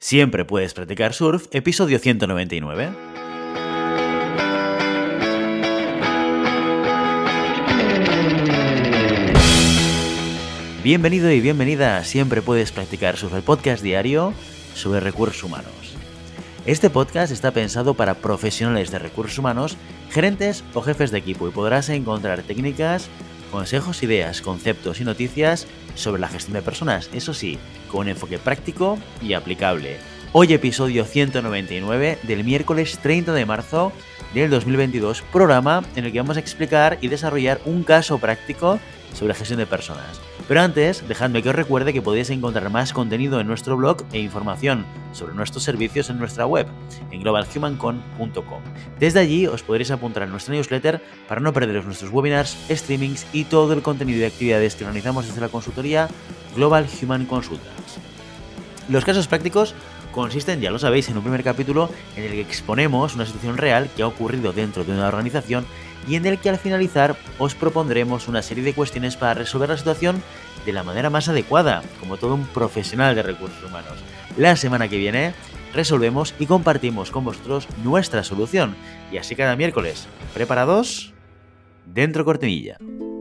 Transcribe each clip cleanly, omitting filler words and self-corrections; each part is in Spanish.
Siempre puedes practicar surf, episodio 199. Bienvenido y bienvenida a Siempre puedes practicar surf, el podcast diario sobre recursos humanos. Este podcast está pensado para profesionales de recursos humanos, gerentes o jefes de equipo y podrás encontrar técnicas, consejos, ideas, conceptos y noticias sobre la gestión de personas, eso sí, con un enfoque práctico y aplicable. Hoy episodio 199 del miércoles 30 de marzo del 2022, programa en el que vamos a explicar y desarrollar un caso práctico sobre gestión de personas. Pero antes, dejadme que os recuerde que podéis encontrar más contenido en nuestro blog e información sobre nuestros servicios en nuestra web, en globalhumancon.com. Desde allí os podréis apuntar a nuestra newsletter para no perderos nuestros webinars, streamings y todo el contenido y actividades que organizamos desde la consultoría Global Human Consultants. Los casos prácticos consisten, ya lo sabéis, en un primer capítulo en el que exponemos una situación real que ha ocurrido dentro de una organización y en el que al finalizar os propondremos una serie de cuestiones para resolver la situación de la manera más adecuada, como todo un profesional de recursos humanos. La semana que viene resolvemos y compartimos con vosotros nuestra solución. Y así cada miércoles. ¿Preparados? Dentro cortinilla.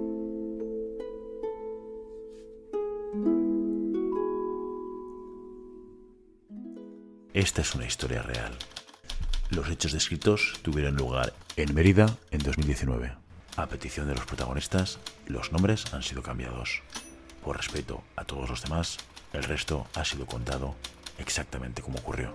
Esta es una historia real. Los hechos descritos tuvieron lugar en Mérida en 2019. A petición de los protagonistas, los nombres han sido cambiados. Por respeto a todos los demás, el resto ha sido contado exactamente como ocurrió.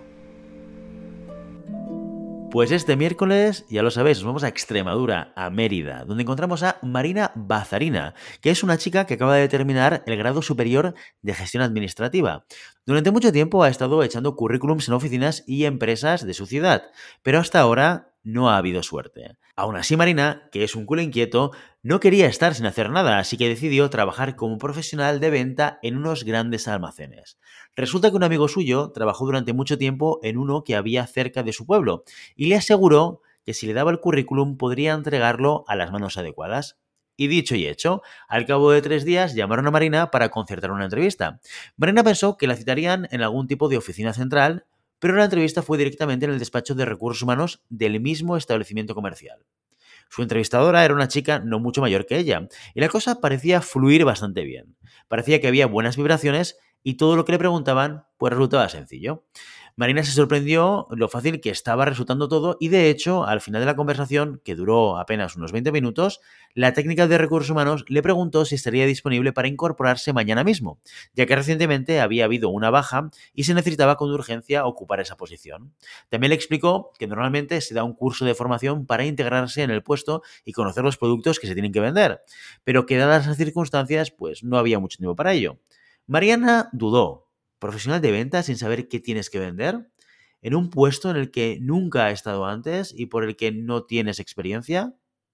Pues este miércoles, ya lo sabéis, nos vamos a Extremadura, a Mérida, donde encontramos a Marina Bazarina, que es una chica que acaba de terminar el grado superior de gestión administrativa. Durante mucho tiempo ha estado echando currículums en oficinas y empresas de su ciudad, pero hasta ahora no ha habido suerte. Aún así, Marina, que es un culo inquieto, no quería estar sin hacer nada, así que decidió trabajar como profesional de venta en unos grandes almacenes. Resulta que un amigo suyo trabajó durante mucho tiempo en uno que había cerca de su pueblo y le aseguró que si le daba el currículum podría entregarlo a las manos adecuadas. Y dicho y hecho, al cabo de 3 días llamaron a Marina para concertar una entrevista. Marina pensó que la citarían en algún tipo de oficina central, pero la entrevista fue directamente en el despacho de recursos humanos del mismo establecimiento comercial. Su entrevistadora era una chica no mucho mayor que ella, y la cosa parecía fluir bastante bien. Parecía que había buenas vibraciones y todo lo que le preguntaban pues resultaba sencillo. Marina se sorprendió lo fácil que estaba resultando todo y de hecho, al final de la conversación, que duró apenas unos 20 minutos, la técnica de recursos humanos le preguntó si estaría disponible para incorporarse mañana mismo, ya que recientemente había habido una baja y se necesitaba con urgencia ocupar esa posición. También le explicó que normalmente se da un curso de formación para integrarse en el puesto y conocer los productos que se tienen que vender, pero que dadas las circunstancias, pues no había mucho tiempo para ello. Mariana dudó. ¿Profesional de ventas sin saber qué tienes que vender? ¿En un puesto en el que nunca has estado antes y por el que no tienes experiencia?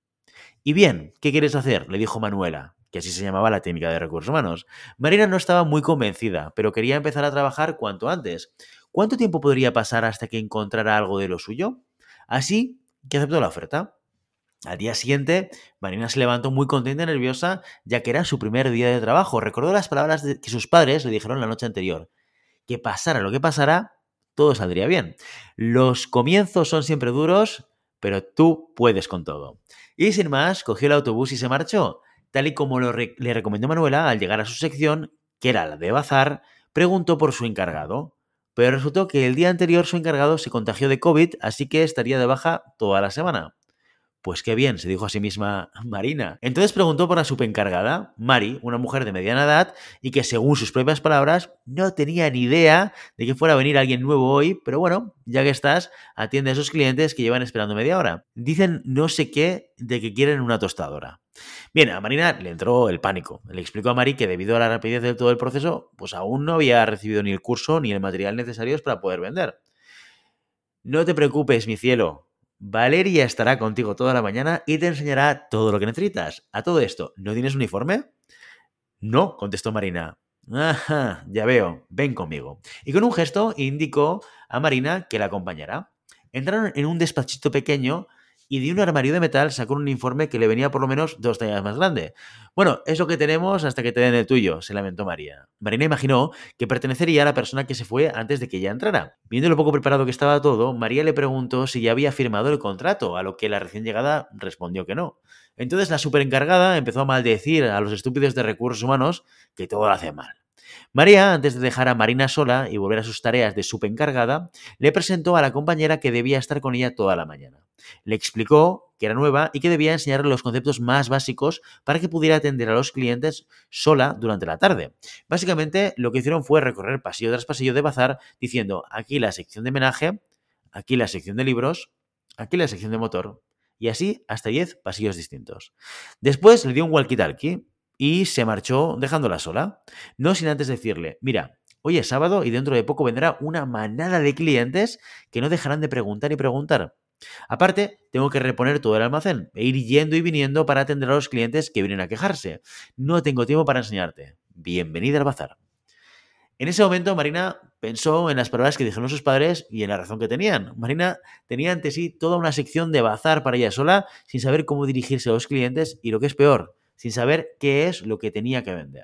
Y bien, ¿qué quieres hacer?, le dijo Manuela, que así se llamaba la técnica de recursos humanos. Marina no estaba muy convencida, pero quería empezar a trabajar cuanto antes. ¿Cuánto tiempo podría pasar hasta que encontrara algo de lo suyo? Así que aceptó la oferta. Al día siguiente, Marina se levantó muy contenta y nerviosa, ya que era su primer día de trabajo. Recordó las palabras que sus padres le dijeron la noche anterior. Que pasara lo que pasara, todo saldría bien. Los comienzos son siempre duros, pero tú puedes con todo. Y sin más, cogió el autobús y se marchó. Tal y como le recomendó Manuela, al llegar a su sección, que era la de bazar, preguntó por su encargado. Pero resultó que el día anterior su encargado se contagió de COVID, así que estaría de baja toda la semana. Pues qué bien, se dijo a sí misma Marina. Entonces preguntó por la subencargada, Mari, una mujer de mediana edad y que según sus propias palabras no tenía ni idea de que fuera a venir alguien nuevo hoy, pero bueno, ya que estás, atiende a esos clientes que llevan esperando media hora. Dicen no sé qué de que quieren una tostadora. Bien, a Marina le entró el pánico. Le explicó a Mari que debido a la rapidez de todo el proceso, pues aún no había recibido ni el curso ni el material necesarios para poder vender. No te preocupes, mi cielo. Valeria estará contigo toda la mañana y te enseñará todo lo que necesitas. A todo esto, ¿no tienes uniforme? No, contestó Marina. Ajá, ya veo, ven conmigo. Y con un gesto indicó a Marina que la acompañara. Entraron en un despachito pequeño y de un armario de metal sacó un informe que le venía por lo menos 2 tallas más grande. Bueno, es lo que tenemos hasta que te den el tuyo, se lamentó María. Marina imaginó que pertenecería a la persona que se fue antes de que ella entrara. Viendo lo poco preparado que estaba todo, María le preguntó si ya había firmado el contrato, a lo que la recién llegada respondió que no. Entonces la superencargada empezó a maldecir a los estúpidos de recursos humanos que todo lo hacen mal. María, antes de dejar a Marina sola y volver a sus tareas de subencargada, le presentó a la compañera que debía estar con ella toda la mañana. Le explicó que era nueva y que debía enseñarle los conceptos más básicos para que pudiera atender a los clientes sola durante la tarde. Básicamente, lo que hicieron fue recorrer pasillo tras pasillo de bazar diciendo aquí la sección de menaje, aquí la sección de libros, aquí la sección de motor, y así hasta 10 pasillos distintos. Después le dio un walkie-talkie y se marchó dejándola sola. No sin antes decirle, mira, hoy es sábado y dentro de poco vendrá una manada de clientes que no dejarán de preguntar y preguntar. Aparte, tengo que reponer todo el almacén e ir yendo y viniendo para atender a los clientes que vienen a quejarse. No tengo tiempo para enseñarte. Bienvenida al bazar. En ese momento, Marina pensó en las palabras que dijeron sus padres y en la razón que tenían. Marina tenía ante sí toda una sección de bazar para ella sola, sin saber cómo dirigirse a los clientes y, lo que es peor, sin saber qué es lo que tenía que vender.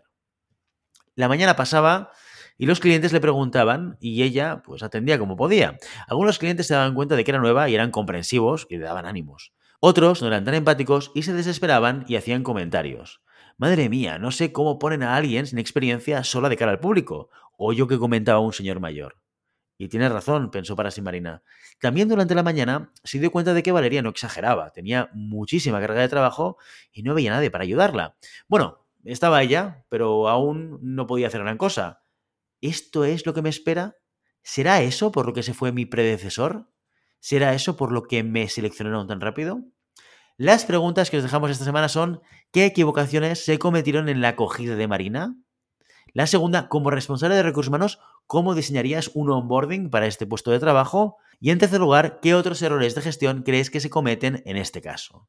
La mañana pasaba y los clientes le preguntaban y ella pues atendía como podía. Algunos clientes se daban cuenta de que era nueva y eran comprensivos y le daban ánimos. Otros no eran tan empáticos y se desesperaban y hacían comentarios. Madre mía, no sé cómo ponen a alguien sin experiencia sola de cara al público. O yo que comentaba un señor mayor. Y tienes razón, pensó para sí Marina. También durante la mañana se dio cuenta de que Valeria no exageraba, tenía muchísima carga de trabajo y no había nadie para ayudarla. Bueno, estaba ella, pero aún no podía hacer gran cosa. ¿Esto es lo que me espera? ¿Será eso por lo que se fue mi predecesor? ¿Será eso por lo que me seleccionaron tan rápido? Las preguntas que os dejamos esta semana son: ¿qué equivocaciones se cometieron en la acogida de Marina? La segunda, como responsable de recursos humanos, ¿cómo diseñarías un onboarding para este puesto de trabajo? Y en tercer lugar, ¿qué otros errores de gestión crees que se cometen en este caso?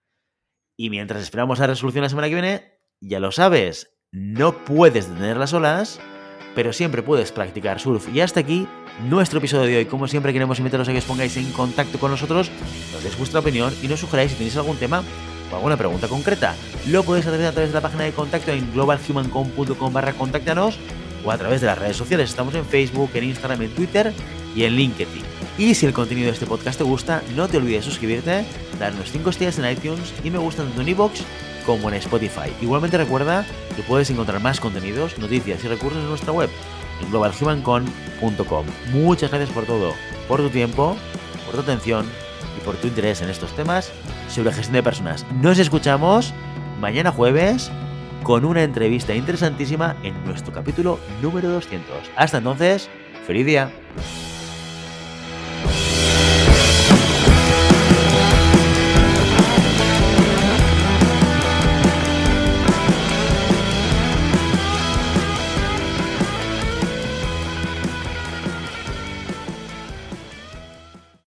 Y mientras esperamos la resolución la semana que viene, ya lo sabes, no puedes detener las olas, pero siempre puedes practicar surf. Y hasta aquí nuestro episodio de hoy. Como siempre, queremos invitaros a que os pongáis en contacto con nosotros, nos deis vuestra opinión y nos sugeráis si tenéis algún tema o alguna pregunta concreta. Lo podéis hacer a través de la página de contacto en globalhumancom.com/contáctanos o a través de las redes sociales. Estamos en Facebook, en Instagram, en Twitter y en LinkedIn. Y si el contenido de este podcast te gusta, no te olvides de suscribirte, darnos 5 estrellas en iTunes y me gusta tanto en iVoox como en Spotify. Igualmente recuerda que puedes encontrar más contenidos, noticias y recursos en nuestra web, en globalhumancom.com. Muchas gracias por todo, por tu tiempo, por tu atención y por tu interés en estos temas sobre gestión de personas. Nos escuchamos mañana jueves con una entrevista interesantísima en nuestro capítulo número 200. Hasta entonces, ¡feliz día!